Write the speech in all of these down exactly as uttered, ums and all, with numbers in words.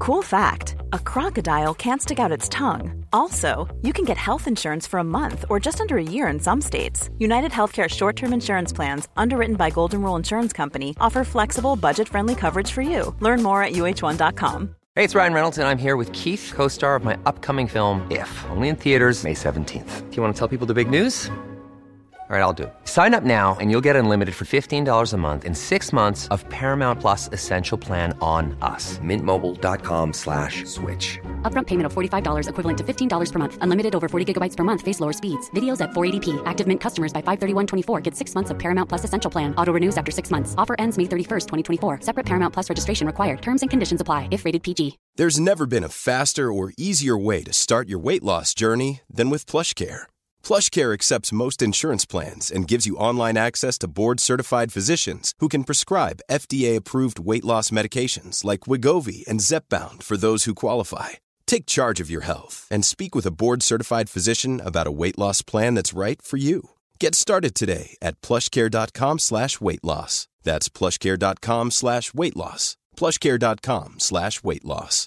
Cool fact, a crocodile can't stick out its tongue. Also, you can get health insurance for a month or just under a year in some states. United Healthcare short-term insurance plans, underwritten by Golden Rule Insurance Company, offer flexible, budget-friendly coverage for you. Learn more at U H one dot com. Hey, it's Ryan Reynolds, and I'm here with Keith, co-star of my upcoming film, If, only in theaters May seventeenth. Do you want to tell people the big news? All right, I'll do it. Sign up now and you'll get unlimited for fifteen dollars a month and six months of Paramount Plus Essential Plan on us. Mint Mobile dot com slash switch. Upfront payment of forty-five dollars equivalent to fifteen dollars per month. Unlimited over forty gigabytes per month. Face lower speeds. Videos at four eighty p. Active Mint customers by five thirty-one twenty-four get six months of Paramount Plus Essential Plan. Auto renews after six months. Offer ends May thirty-first, twenty twenty-four. Separate Paramount Plus registration required. Terms and conditions apply if rated P G. There's never been a faster or easier way to start your weight loss journey than with PlushCare. PlushCare accepts most insurance plans and gives you online access to board-certified physicians who can prescribe F D A-approved weight loss medications like Wegovy and Zepbound for those who qualify. Take charge of your health and speak with a board-certified physician about a weight loss plan that's right for you. Get started today at plushcare.com slash weight loss. That's plushcare.com slash weight loss. plushcare.com slash weight loss.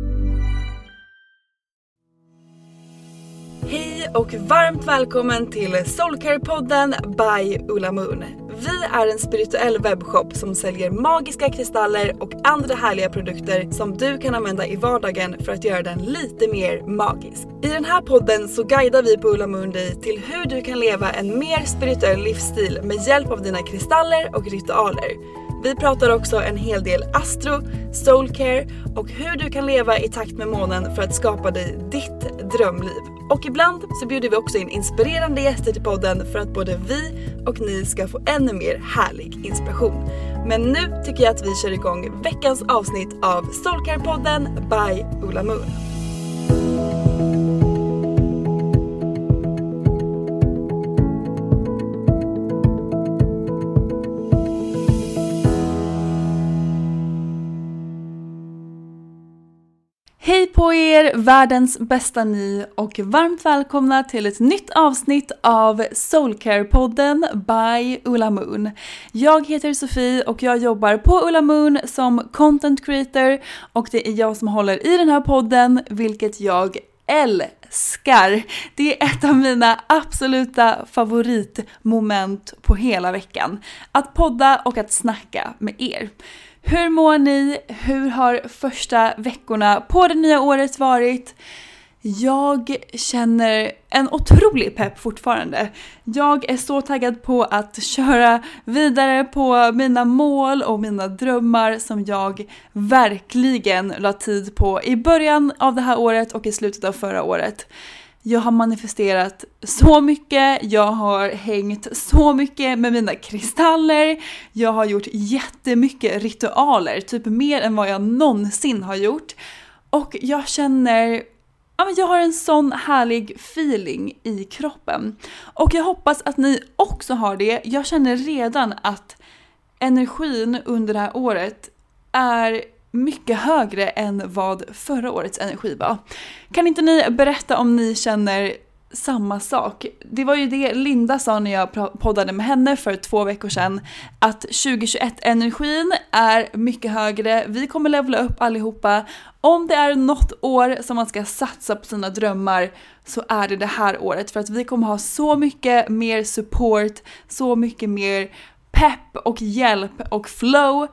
Hej och varmt välkommen till Soulcare-podden by Ulla Moon. Vi är en spirituell webbshop som säljer magiska kristaller och andra härliga produkter som du kan använda i vardagen för att göra den lite mer magisk. I den här podden så guidar vi på Ulla Moon dig till hur du kan leva en mer spirituell livsstil med hjälp av dina kristaller och ritualer. Vi pratar också en hel del astro, soulcare och hur du kan leva i takt med månen för att skapa dig ditt drömliv. Och ibland så bjuder vi också in inspirerande gäster till podden för att både vi och ni ska få ännu mer härlig inspiration. Men nu tycker jag att vi kör igång veckans avsnitt av Soulcare-podden by Ulla Moon. Hej på er, världens bästa ni, och varmt välkomna till ett nytt avsnitt av Soulcare-podden by Ulla Moon. Jag heter Sofie och jag jobbar på Ulla Moon som content creator, och det är jag som håller i den här podden, vilket jag älskar. Det är ett av mina absoluta favoritmoment på hela veckan. Att podda och att snacka med er. Hur mår ni? Hur har första veckorna på det nya året varit? Jag känner en otrolig pepp fortfarande. Jag är så taggad på att köra vidare på mina mål och mina drömmar som jag verkligen la tid på i början av det här året och i slutet av förra året. Jag har manifesterat så mycket, jag har hängt så mycket med mina kristaller, jag har gjort jättemycket ritualer, typ mer än vad jag någonsin har gjort. Och jag känner, ja men jag har en sån härlig feeling i kroppen. Och jag hoppas att ni också har det. Jag känner redan att energin under det här året är mycket högre än vad förra årets energi var. Kan inte ni berätta om ni känner samma sak? Det var ju det Linda sa när jag poddade med henne för två veckor sedan, att tjugohundratjugoett-energin är mycket högre. Vi kommer levla upp allihopa. Om det är något år som man ska satsa på sina drömmar så är det det här året, för att vi kommer ha så mycket mer support, så mycket mer pepp och hjälp och flow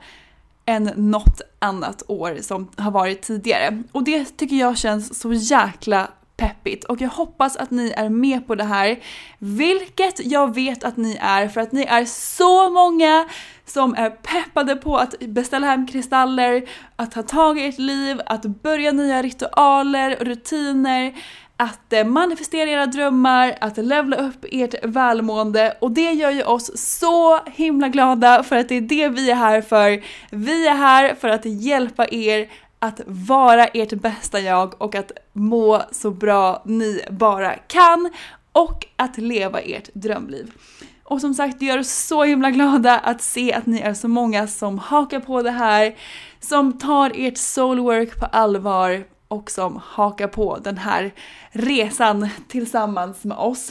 än något annat år som har varit tidigare. Och det tycker jag känns så jäkla peppigt. Och jag hoppas att ni är med på det här. Vilket jag vet att ni är. För att ni är så många som är peppade på att beställa hem kristaller. Att ta tag i ert liv. Att börja nya ritualer och rutiner. Att manifestera era drömmar, att levla upp ert välmående, och det gör ju oss så himla glada, för att det är det vi är här för. Vi är här för att hjälpa er att vara ert bästa jag och att må så bra ni bara kan och att leva ert drömliv. Och som sagt, det gör oss så himla glada att se att ni är så många som hakar på det här, som tar ert soulwork på allvar och som hakar på den här resan tillsammans med oss.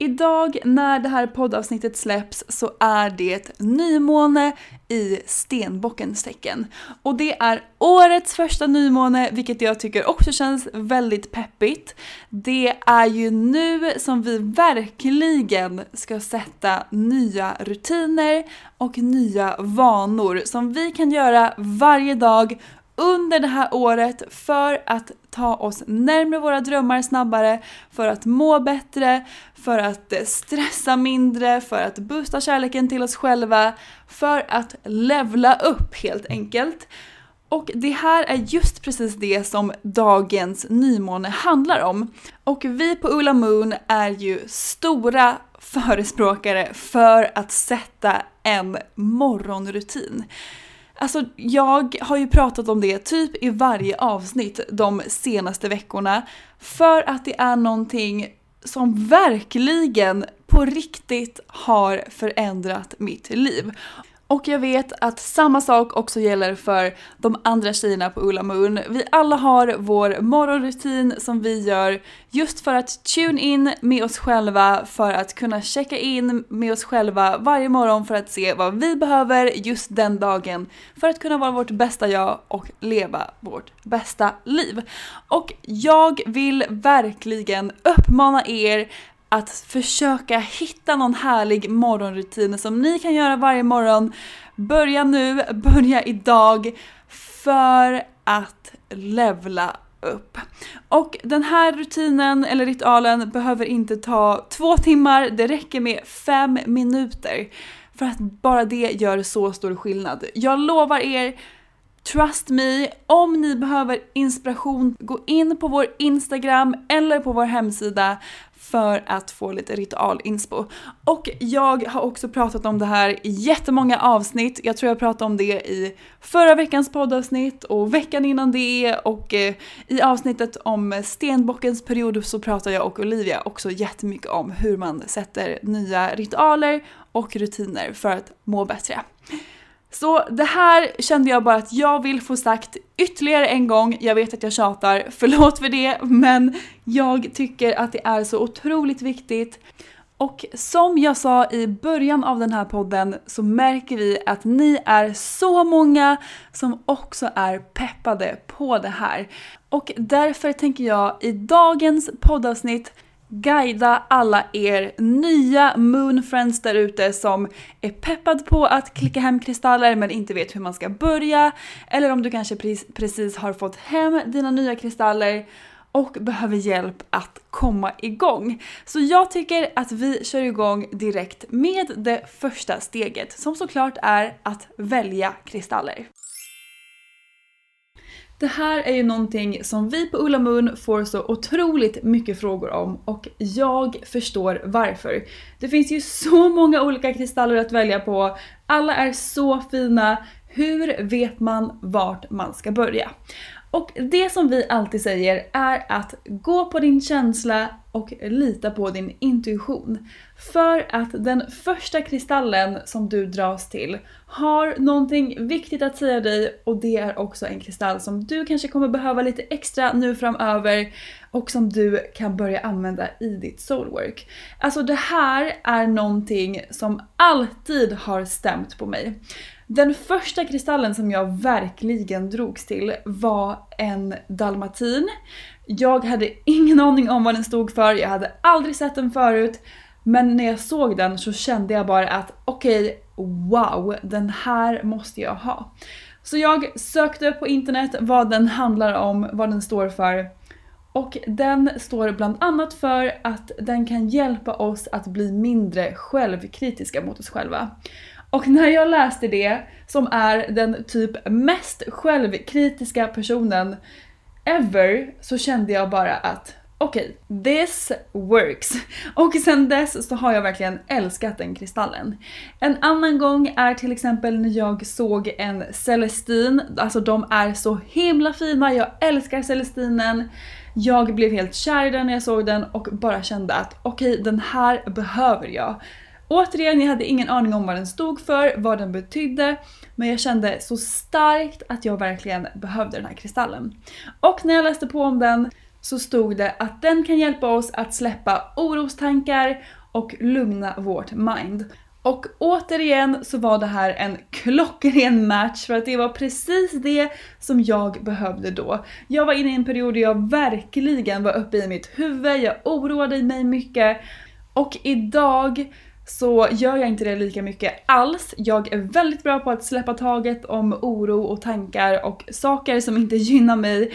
Idag när det här poddavsnittet släpps så är det nymåne i Stenbockens tecken. Och det är årets första nymåne, vilket jag tycker också känns väldigt peppigt. Det är ju nu som vi verkligen ska sätta nya rutiner och nya vanor som vi kan göra varje dag under det här året för att ta oss närmare våra drömmar snabbare, för att må bättre, för att stressa mindre, för att boosta kärleken till oss själva, för att levla upp helt enkelt. Och det här är just precis det som dagens nymåne handlar om. Och vi på Ola Moon är ju stora förespråkare för att sätta en morgonrutin. Alltså jag har ju pratat om det typ i varje avsnitt de senaste veckorna för att det är någonting som verkligen på riktigt har förändrat mitt liv. Och jag vet att samma sak också gäller för de andra tjejerna på Ola Moon. Vi alla har vår morgonrutin som vi gör just för att tune in med oss själva, för att kunna checka in med oss själva varje morgon för att se vad vi behöver just den dagen för att kunna vara vårt bästa jag och leva vårt bästa liv. Och jag vill verkligen uppmana er att försöka hitta någon härlig morgonrutin som ni kan göra varje morgon. Börja nu, börja idag för att levla upp. Och den här rutinen eller ritualen behöver inte ta två timmar, det räcker med fem minuter. För att bara det gör så stor skillnad. Jag lovar er, trust me, om ni behöver inspiration, gå in på vår Instagram eller på vår hemsida för att få lite ritualinspo. Och jag har också pratat om det här i jättemånga avsnitt. Jag tror jag pratade om det i förra veckans poddavsnitt och veckan innan det. Och eh, i avsnittet om Stenbockens period så pratar jag och Olivia också jättemycket om hur man sätter nya ritualer och rutiner för att må bättre. Så det här kände jag bara att jag vill få sagt ytterligare en gång. Jag vet att jag tjatar, förlåt för det, men jag tycker att det är så otroligt viktigt. Och som jag sa i början av den här podden så märker vi att ni är så många som också är peppade på det här. Och därför tänker jag i dagens poddavsnitt guida alla er nya Moon Friends där ute som är peppad på att klicka hem kristaller men inte vet hur man ska börja. Eller om du kanske precis har fått hem dina nya kristaller och behöver hjälp att komma igång. Så jag tycker att vi kör igång direkt med det första steget som såklart är att välja kristaller. Det här är ju någonting som vi på Ola Moon får så otroligt mycket frågor om och jag förstår varför. Det finns ju så många olika kristaller att välja på, alla är så fina, hur vet man vart man ska börja? Och det som vi alltid säger är att gå på din känsla och lita på din intuition. För att den första kristallen som du dras till har någonting viktigt att säga dig och det är också en kristall som du kanske kommer behöva lite extra nu framöver och som du kan börja använda i ditt soulwork. Alltså det här är någonting som alltid har stämt på mig. Den första kristallen som jag verkligen drogs till var en dalmatin. Jag hade ingen aning om vad den stod för, jag hade aldrig sett den förut. Men när jag såg den så kände jag bara att okej, okay, wow, den här måste jag ha. Så jag sökte på internet vad den handlar om, vad den står för. Och den står bland annat för att den kan hjälpa oss att bli mindre självkritiska mot oss själva. Och när jag läste det, som är den typ mest självkritiska personen ever, så kände jag bara att okej, okay, this works. Och sen dess så har jag verkligen älskat den kristallen. En annan gång är till exempel när jag såg en Celestin. Alltså de är så himla fina, jag älskar Celestinen. Jag blev helt kär i den när jag såg den och bara kände att okej, okay, den här behöver jag. Återigen, jag hade ingen aning om vad den stod för, vad den betydde, men jag kände så starkt att jag verkligen behövde den här kristallen. Och när jag läste på om den så stod det att den kan hjälpa oss att släppa orostankar och lugna vårt mind. Och återigen så var det här en klockren match för att det var precis det som jag behövde då. Jag var inne i en period där jag verkligen var uppe i mitt huvud, jag oroade mig mycket och idag så gör jag inte det lika mycket alls. Jag är väldigt bra på att släppa taget om oro och tankar och saker som inte gynnar mig.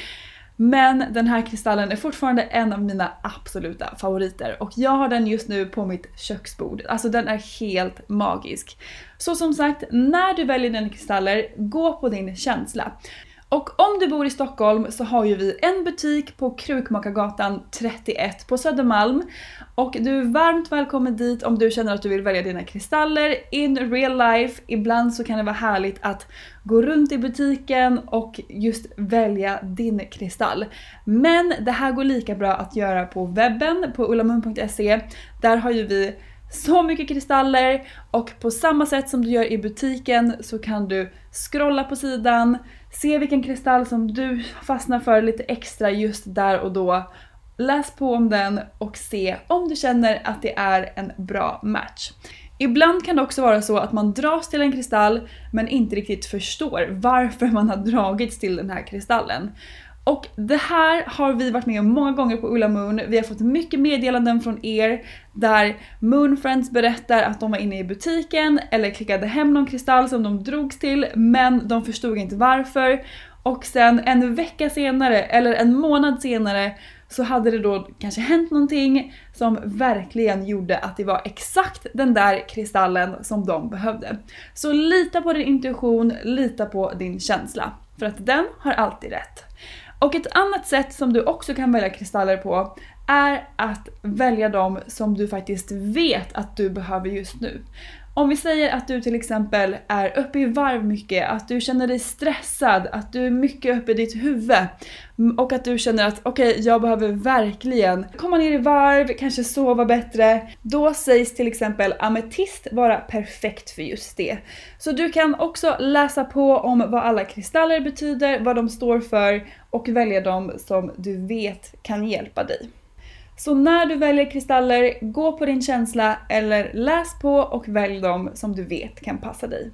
Men den här kristallen är fortfarande en av mina absoluta favoriter och jag har den just nu på mitt köksbord. Alltså den är helt magisk. Så som sagt, när du väljer dina kristaller, gå på din känsla. Och om du bor i Stockholm så har ju vi en butik på Krukmakargatan trettioett på Södermalm. Och du är varmt välkommen dit om du känner att du vill välja dina kristaller in real life. Ibland så kan det vara härligt att gå runt i butiken och just välja din kristall. Men det här går lika bra att göra på webben på ullamun punkt se. Där har ju vi så mycket kristaller och på samma sätt som du gör i butiken så kan du scrolla på sidan, se vilken kristall som du fastnar för lite extra just där och då. Läs på om den och se om du känner att det är en bra match. Ibland kan det också vara så att man dras till en kristall men inte riktigt förstår varför man har dragits till den här kristallen. Och det här har vi varit med om många gånger på Ulla Moon. Vi har fått mycket meddelanden från er där Moon Friends berättar att de var inne i butiken eller klickade hem någon kristall som de drogs till men de förstod inte varför. Och sen en vecka senare eller en månad senare så hade det då kanske hänt någonting som verkligen gjorde att det var exakt den där kristallen som de behövde. Så lita på din intuition, lita på din känsla. För att den har alltid rätt. Och ett annat sätt som du också kan välja kristaller på är att välja dem som du faktiskt vet att du behöver just nu. Om vi säger att du till exempel är uppe i varv mycket, att du känner dig stressad, att du är mycket uppe i ditt huvud och att du känner att okej, okay, jag behöver verkligen komma ner i varv, kanske sova bättre. Då sägs till exempel ametist vara perfekt för just det. Så du kan också läsa på om vad alla kristaller betyder, vad de står för och välja dem som du vet kan hjälpa dig. Så när du väljer kristaller, gå på din känsla eller läs på och välj dem som du vet kan passa dig.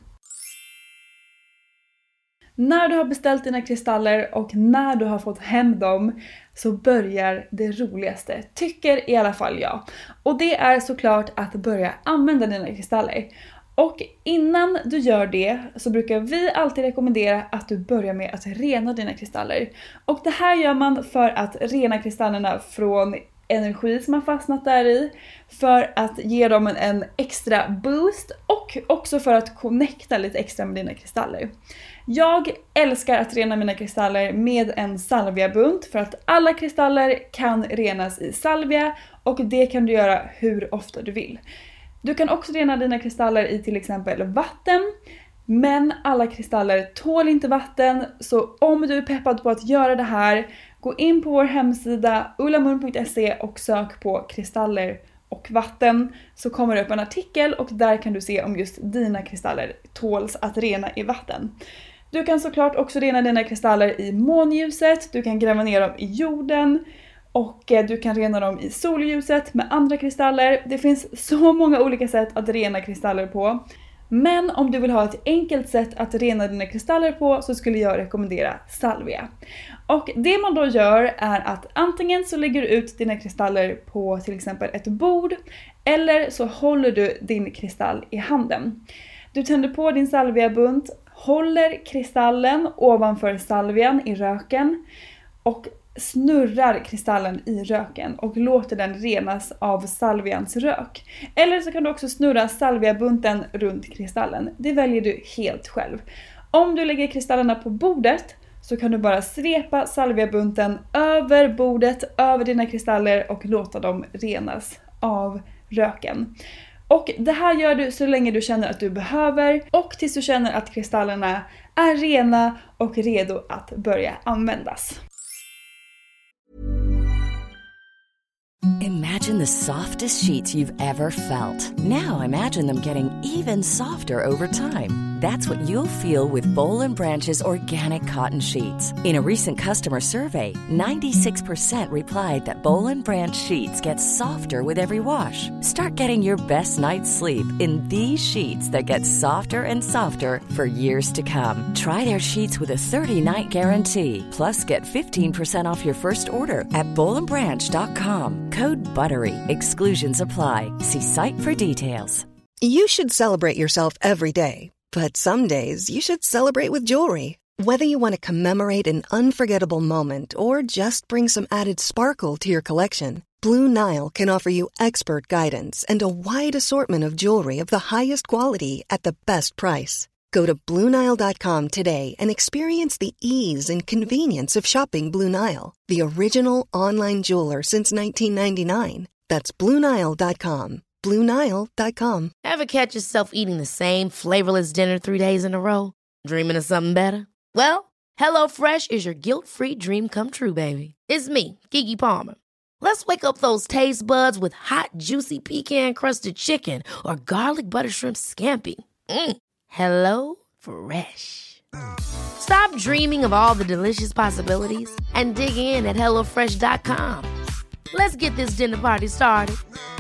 När du har beställt dina kristaller och när du har fått hem dem så börjar det roligaste, tycker i alla fall jag. Och det är såklart att börja använda dina kristaller. Och innan du gör det så brukar vi alltid rekommendera att du börjar med att rena dina kristaller. Och det här gör man för att rena kristallerna från energi som har fastnat där i, för att ge dem en, en extra boost och också för att connecta lite extra med dina kristaller. Jag älskar att rena mina kristaller med en salviabunt för att alla kristaller kan renas i salvia och det kan du göra hur ofta du vill. Du kan också rena dina kristaller i till exempel vatten, men alla kristaller tål inte vatten, så om du är peppad på att göra det här, gå in på vår hemsida ullamun punkt se och sök på kristaller och vatten, så kommer det upp en artikel och där kan du se om just dina kristaller tåls att rena i vatten. Du kan såklart också rena dina kristaller i månljuset, du kan gräva ner dem i jorden och du kan rena dem i solljuset med andra kristaller. Det finns så många olika sätt att rena kristaller på. Men om du vill ha ett enkelt sätt att rena dina kristaller på så skulle jag rekommendera salvia. Och det man då gör är att antingen så lägger du ut dina kristaller på till exempel ett bord eller så håller du din kristall i handen. Du tänder på din salviabunt, håller kristallen ovanför salvian i röken och snurrar kristallen i röken och låter den renas av salvians rök. Eller så kan du också snurra salviabunten runt kristallen. Det väljer du helt själv. Om du lägger kristallerna på bordet så kan du bara svepa salviabunten över bordet, över dina kristaller och låta dem renas av röken. Och det här gör du så länge du känner att du behöver och tills du känner att kristallerna är rena och redo att börja användas. Imagine the softest sheets you've ever felt. Now imagine them getting even softer over time. That's what you'll feel with Boll and Branch's organic cotton sheets. In a recent customer survey, ninety-six percent replied that Boll and Branch sheets get softer with every wash. Start getting your best night's sleep in these sheets that get softer and softer for years to come. Try their sheets with a thirty-night guarantee. Plus, get fifteen percent off your first order at boll and branch dot com. Code BUTTERY. Exclusions apply. See site for details. You should celebrate yourself every day. But some days you should celebrate with jewelry. Whether you want to commemorate an unforgettable moment or just bring some added sparkle to your collection, Blue Nile can offer you expert guidance and a wide assortment of jewelry of the highest quality at the best price. Go to blue nile dot com today and experience the ease and convenience of shopping Blue Nile, the original online jeweler since nineteen ninety-nine. That's blue nile dot com. blue nile dot com. Ever catch yourself eating the same flavorless dinner three days in a row? Dreaming of something better? Well, HelloFresh is your guilt-free dream come true, baby. It's me, Keke Palmer. Let's wake up those taste buds with hot, juicy pecan-crusted chicken or garlic butter shrimp scampi. Mm. Hello Fresh. Stop dreaming of all the delicious possibilities and dig in at hello fresh dot com. Let's get this dinner party started.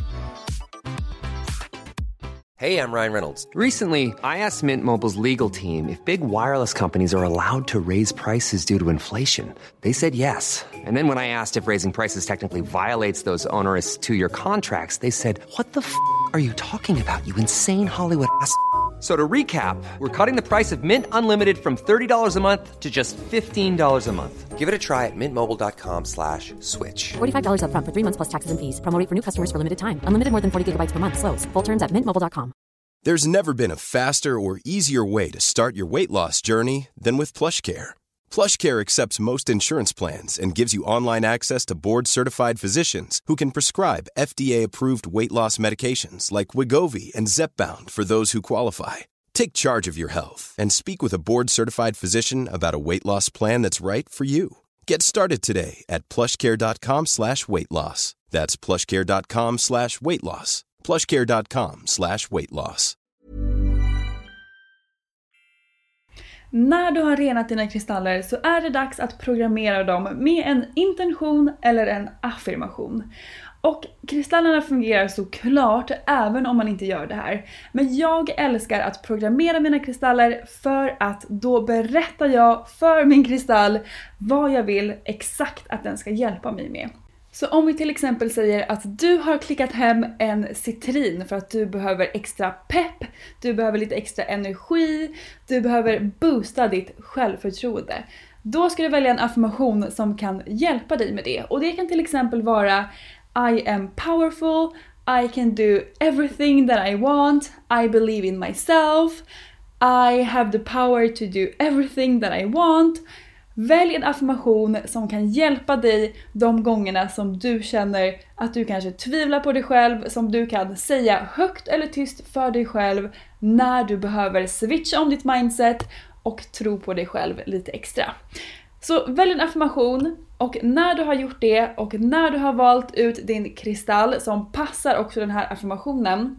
Hey, I'm Ryan Reynolds. Recently, I asked Mint Mobile's legal team if big wireless companies are allowed to raise prices due to inflation. They said yes. And then when I asked if raising prices technically violates those onerous two-year contracts, they said, what the f*** are you talking about, you insane Hollywood ass f- So to recap, we're cutting the price of Mint Unlimited from thirty dollars a month to just fifteen dollars a month. Give it a try at mintmobile.com slash switch. forty-five dollars up front for three months plus taxes and fees. Promo rate for new customers for limited time. Unlimited more than forty gigabytes per month. Slows full terms at mint mobile dot com. There's never been a faster or easier way to start your weight loss journey than with PlushCare. PlushCare accepts most insurance plans and gives you online access to board-certified physicians who can prescribe F D A-approved weight loss medications like Wegovy and Zepbound for those who qualify. Take charge of your health and speak with a board-certified physician about a weight loss plan that's right for you. Get started today at plushcare.com slash weight loss. That's plushcare.com slash weight loss. plushcare.com slash weight loss. När du har renat dina kristaller så är det dags att programmera dem med en intention eller en affirmation. Och kristallerna fungerar såklart även om man inte gör det här. Men jag älskar att programmera mina kristaller för att då berättar jag för min kristall vad jag vill exakt att den ska hjälpa mig med. Så om vi till exempel säger att du har klickat hem en citrin för att du behöver extra pepp, du behöver lite extra energi, du behöver boosta ditt självförtroende. Då ska du välja en affirmation som kan hjälpa dig med det. Och det kan till exempel vara I am powerful, I can do everything that I want, I believe in myself, I have the power to do everything that I want. Välj en affirmation som kan hjälpa dig de gångerna som du känner att du kanske tvivlar på dig själv, som du kan säga högt eller tyst för dig själv när du behöver switcha om ditt mindset och tro på dig själv lite extra. Så välj en affirmation, och när du har gjort det och när du har valt ut din kristall som passar också den här affirmationen,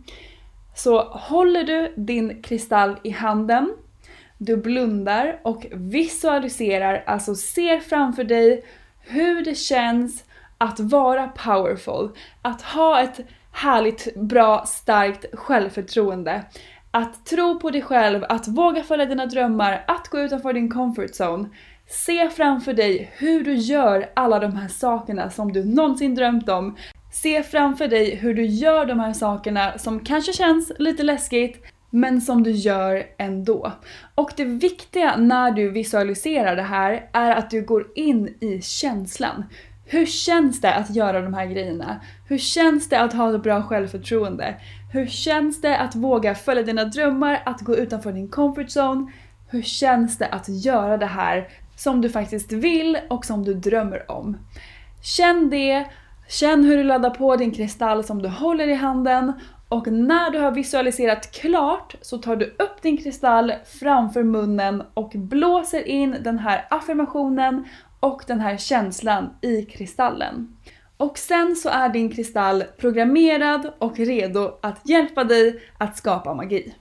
så håller du din kristall i handen. Du blundar och visualiserar, alltså ser framför dig hur det känns att vara powerful. Att ha ett härligt, bra, starkt självförtroende. Att tro på dig själv, att våga följa dina drömmar, att gå utanför din comfort zone. Se framför dig hur du gör alla de här sakerna som du någonsin drömt om. Se framför dig hur du gör de här sakerna som kanske känns lite läskigt, men som du gör ändå. Och det viktiga när du visualiserar det här är att du går in i känslan. Hur känns det att göra de här grejerna? Hur känns det att ha ett bra självförtroende? Hur känns det att våga följa dina drömmar, att gå utanför din comfort zone? Hur känns det att göra det här som du faktiskt vill och som du drömmer om? Känn det, känn hur du laddar på din kristall som du håller i handen. Och när du har visualiserat klart så tar du upp din kristall framför munnen och blåser in den här affirmationen och den här känslan i kristallen. Och sen så är din kristall programmerad och redo att hjälpa dig att skapa magi.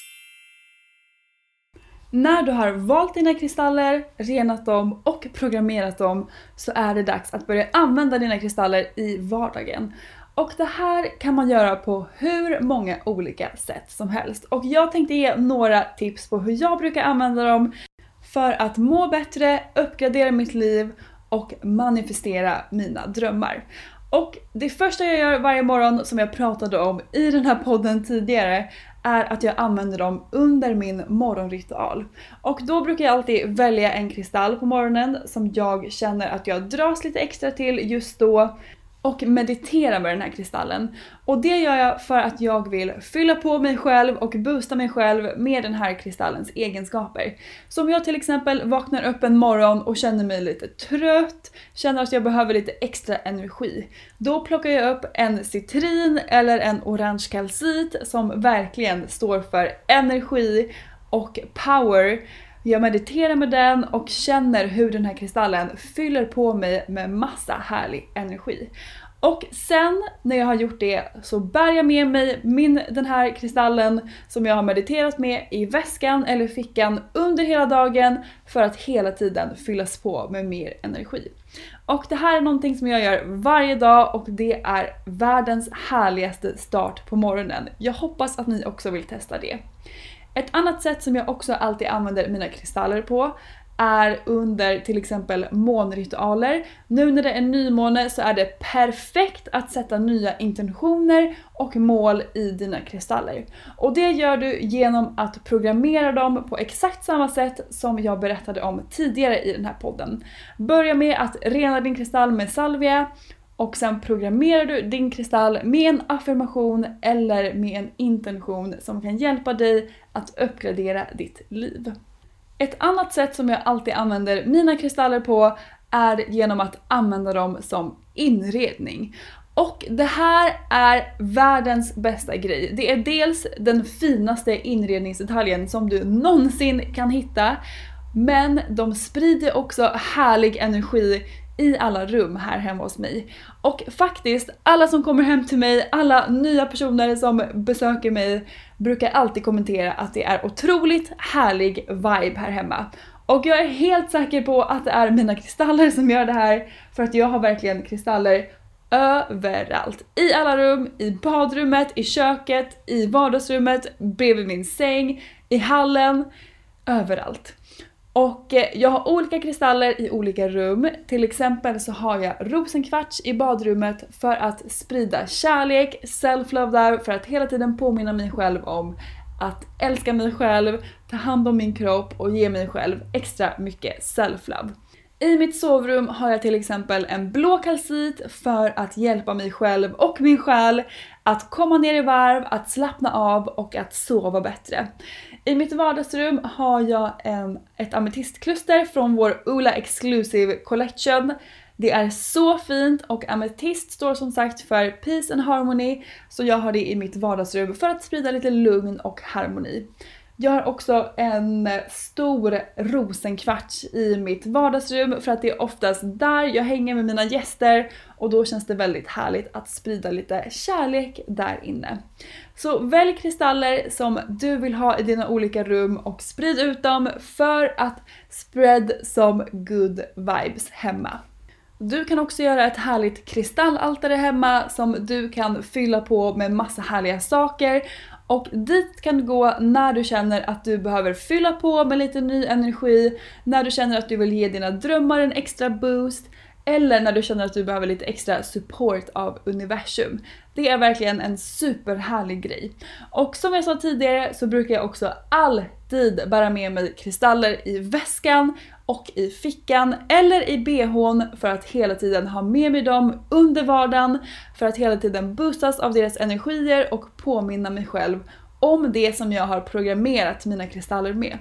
När du har valt dina kristaller, renat dem och programmerat dem så är det dags att börja använda dina kristaller i vardagen. Och det här kan man göra på hur många olika sätt som helst. Och jag tänkte ge några tips på hur jag brukar använda dem för att må bättre, uppgradera mitt liv och manifestera mina drömmar. Och det första jag gör varje morgon, som jag pratade om i den här podden tidigare, är att jag använder dem under min morgonritual. Och då brukar jag alltid välja en kristall på morgonen som jag känner att jag dras lite extra till just då. Och meditera med den här kristallen. Och det gör jag för att jag vill fylla på mig själv och boosta mig själv med den här kristallens egenskaper. Så om jag till exempel vaknar upp en morgon och känner mig lite trött, känner att jag behöver lite extra energi, då plockar jag upp en citrin eller en orange kalcit som verkligen står för energi och power. Jag mediterar med den och känner hur den här kristallen fyller på mig med massa härlig energi. Och sen när jag har gjort det så bär jag med mig min, den här kristallen som jag har mediterat med i väskan eller fickan under hela dagen för att hela tiden fyllas på med mer energi. Och det här är någonting som jag gör varje dag och det är världens härligaste start på morgonen. Jag hoppas att ni också vill testa det. Ett annat sätt som jag också alltid använder mina kristaller på är under till exempel månritualer. Nu när det är nymåne så är det perfekt att sätta nya intentioner och mål i dina kristaller. Och det gör du genom att programmera dem på exakt samma sätt som jag berättade om tidigare i den här podden. Börja med att rena din kristall med salvia. Och sen programmerar du din kristall med en affirmation eller med en intention som kan hjälpa dig att uppgradera ditt liv. Ett annat sätt som jag alltid använder mina kristaller på är genom att använda dem som inredning. Och det här är världens bästa grej. Det är dels den finaste inredningsdetaljen som du någonsin kan hitta, men de sprider också härlig energi i alla rum här hemma hos mig. Och faktiskt, alla som kommer hem till mig, alla nya personer som besöker mig brukar alltid kommentera att det är otroligt härlig vibe här hemma. Och jag är helt säker på att det är mina kristaller som gör det här, för att jag har verkligen kristaller överallt. I alla rum, i badrummet, i köket, i vardagsrummet, bredvid min säng, i hallen, överallt. Och jag har olika kristaller i olika rum. Till exempel så har jag rosenkvarts i badrummet för att sprida kärlek, self-love där, för att hela tiden påminna mig själv om att älska mig själv, ta hand om min kropp och ge mig själv extra mycket self-love. I mitt sovrum har jag till exempel en blå kalcit för att hjälpa mig själv och min själ att komma ner i varv, att slappna av och att sova bättre. I mitt vardagsrum har jag en, ett ametistkluster från vår Ola Exclusive Collection. Det är så fint och ametist står som sagt för Peace and Harmony, så jag har det i mitt vardagsrum för att sprida lite lugn och harmoni. Jag har också en stor rosenkvarts i mitt vardagsrum för att det är oftast där jag hänger med mina gäster och då känns det väldigt härligt att sprida lite kärlek där inne. Så välj kristaller som du vill ha i dina olika rum och sprid ut dem för att spread some good vibes hemma. Du kan också göra ett härligt kristallaltare hemma som du kan fylla på med massa härliga saker. Och dit kan du gå när du känner att du behöver fylla på med lite ny energi, när du känner att du vill ge dina drömmar en extra boost, eller när du känner att du behöver lite extra support av universum. Det är verkligen en superhärlig grej. Och som jag sa tidigare så brukar jag också alltid bära med mig kristaller i väskan och i fickan eller i behån för att hela tiden ha med mig dem under vardagen, för att hela tiden boostas av deras energier och påminna mig själv om det som jag har programmerat mina kristaller med.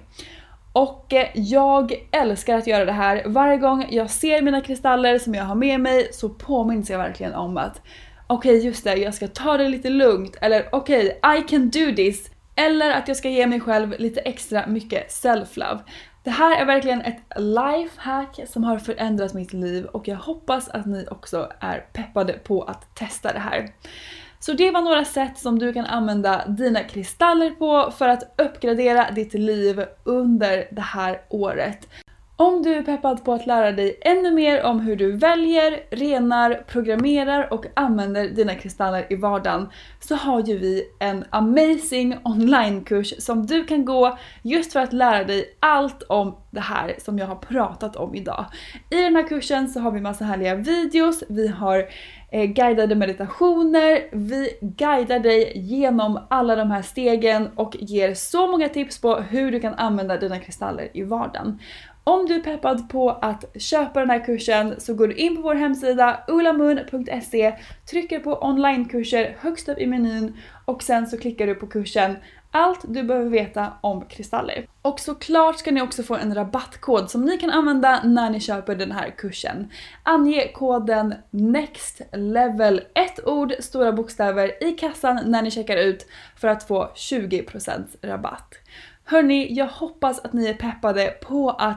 Och jag älskar att göra det här. Varje gång jag ser mina kristaller som jag har med mig så påminns jag verkligen om att okej, okay, just det, jag ska ta det lite lugnt, eller okej, okay, I can do this. Eller att jag ska ge mig själv lite extra mycket self-love. Det här är verkligen ett lifehack som har förändrat mitt liv och jag hoppas att ni också är peppade på att testa det här. Så det var några sätt som du kan använda dina kristaller på för att uppgradera ditt liv under det här året. Om du är peppad på att lära dig ännu mer om hur du väljer, renar, programmerar och använder dina kristaller i vardagen så har ju vi en amazing onlinekurs som du kan gå just för att lära dig allt om det här som jag har pratat om idag. I den här kursen så har vi massa härliga videos, vi har eh, guidade meditationer, vi guidar dig genom alla de här stegen och ger så många tips på hur du kan använda dina kristaller i vardagen. Om du är peppad på att köpa den här kursen så går du in på vår hemsida ulamoon punkt se, trycker på onlinekurser högst upp i menyn och sen så klickar du på kursen allt du behöver veta om kristaller. Och såklart ska ni också få en rabattkod som ni kan använda när ni köper den här kursen. Ange koden NEXTLEVEL, ett ord, stora bokstäver i kassan när ni checkar ut för att få tjugo procent rabatt. Hörni, jag hoppas att ni är peppade på att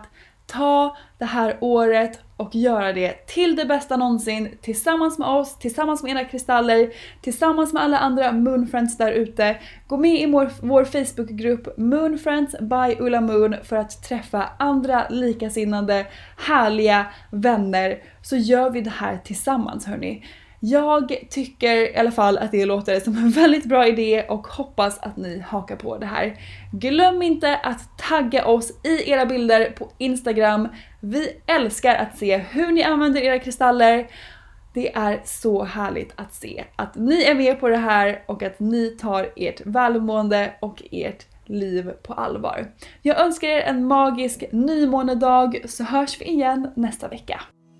ta det här året och göra det till det bästa någonsin tillsammans med oss, tillsammans med era kristaller, tillsammans med alla andra Moonfriends där ute. Gå med i vår, vår Facebookgrupp Moonfriends by Ulamoon för att träffa andra likasinnade, härliga vänner, så gör vi det här tillsammans, hörni. Jag tycker i alla fall att det låter som en väldigt bra idé och hoppas att ni hakar på det här. Glöm inte att tagga oss i era bilder på Instagram. Vi älskar att se hur ni använder era kristaller. Det är så härligt att se att ni är med på det här och att ni tar ert välmående och ert liv på allvar. Jag önskar er en magisk nymånedag, så hörs vi igen nästa vecka.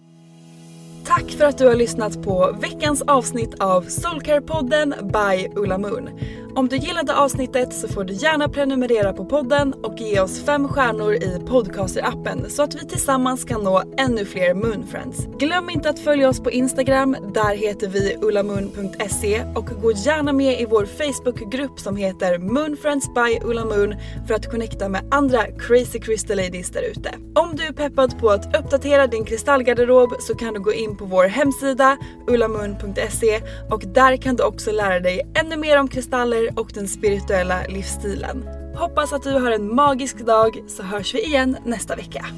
Tack för att du har lyssnat på veckans avsnitt av Soulcare-podden by Ulamoon. Om du gillade avsnittet så får du gärna prenumerera på podden och ge oss fem stjärnor i podcaster-appen så att vi tillsammans kan nå ännu fler Moonfriends. Glöm inte att följa oss på Instagram, där heter vi ulamoon punkt se, och gå gärna med i vår Facebookgrupp som heter Moonfriends by Ulamoon för att connecta med andra crazy crystal ladies där ute. Om du är peppad på att uppdatera din kristallgarderob så kan du gå in på vår hemsida ulamoon punkt se och där kan du också lära dig ännu mer om kristaller och den spirituella livsstilen. Hoppas att du har en magisk dag, så hörs vi igen nästa vecka.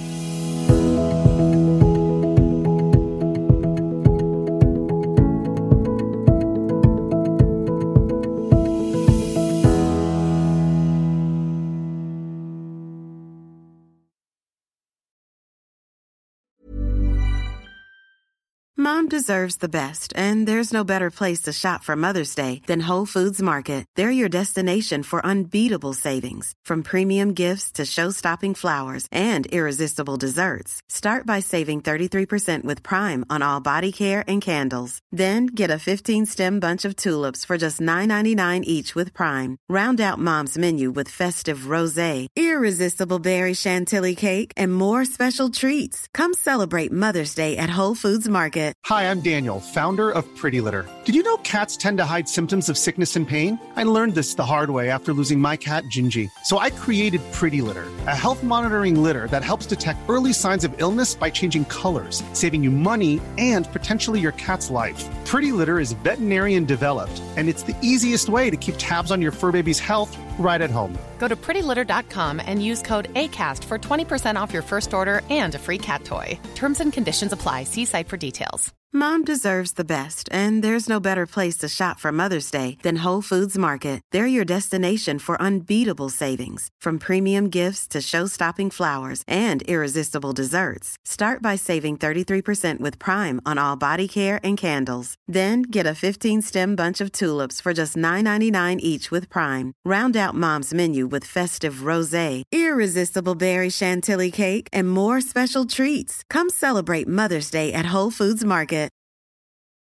Mom deserves the best, and there's no better place to shop for Mother's Day than Whole Foods Market. They're your destination for unbeatable savings, from premium gifts to show-stopping flowers and irresistible desserts. Start by saving thirty-three percent with Prime on all body care and candles. Then get a fifteen-stem bunch of tulips for just nine ninety-nine each with Prime. Round out Mom's menu with festive rosé, irresistible berry chantilly cake, and more special treats. Come celebrate Mother's Day at Whole Foods Market. Hi, I'm Daniel, founder of Pretty Litter. Did you know cats tend to hide symptoms of sickness and pain? I learned this the hard way after losing my cat, Gingy. So I created Pretty Litter, a health monitoring litter that helps detect early signs of illness by changing colors, saving you money and potentially your cat's life. Pretty Litter is veterinarian developed, and it's the easiest way to keep tabs on your fur baby's health right at home. Go to pretty litter dot com and use code ACAST for twenty percent off your first order and a free cat toy. Terms and conditions apply. See site for details. Mom deserves the best, and there's no better place to shop for Mother's Day than Whole Foods Market. They're your destination for unbeatable savings, from premium gifts to show-stopping flowers and irresistible desserts. Start by saving thirty-three percent with Prime on all body care and candles. Then get a fifteen-stem bunch of tulips for just nine ninety-nine each with Prime. Round out Mom's menu with festive rosé, irresistible berry chantilly cake, and more special treats. Come celebrate Mother's Day at Whole Foods Market.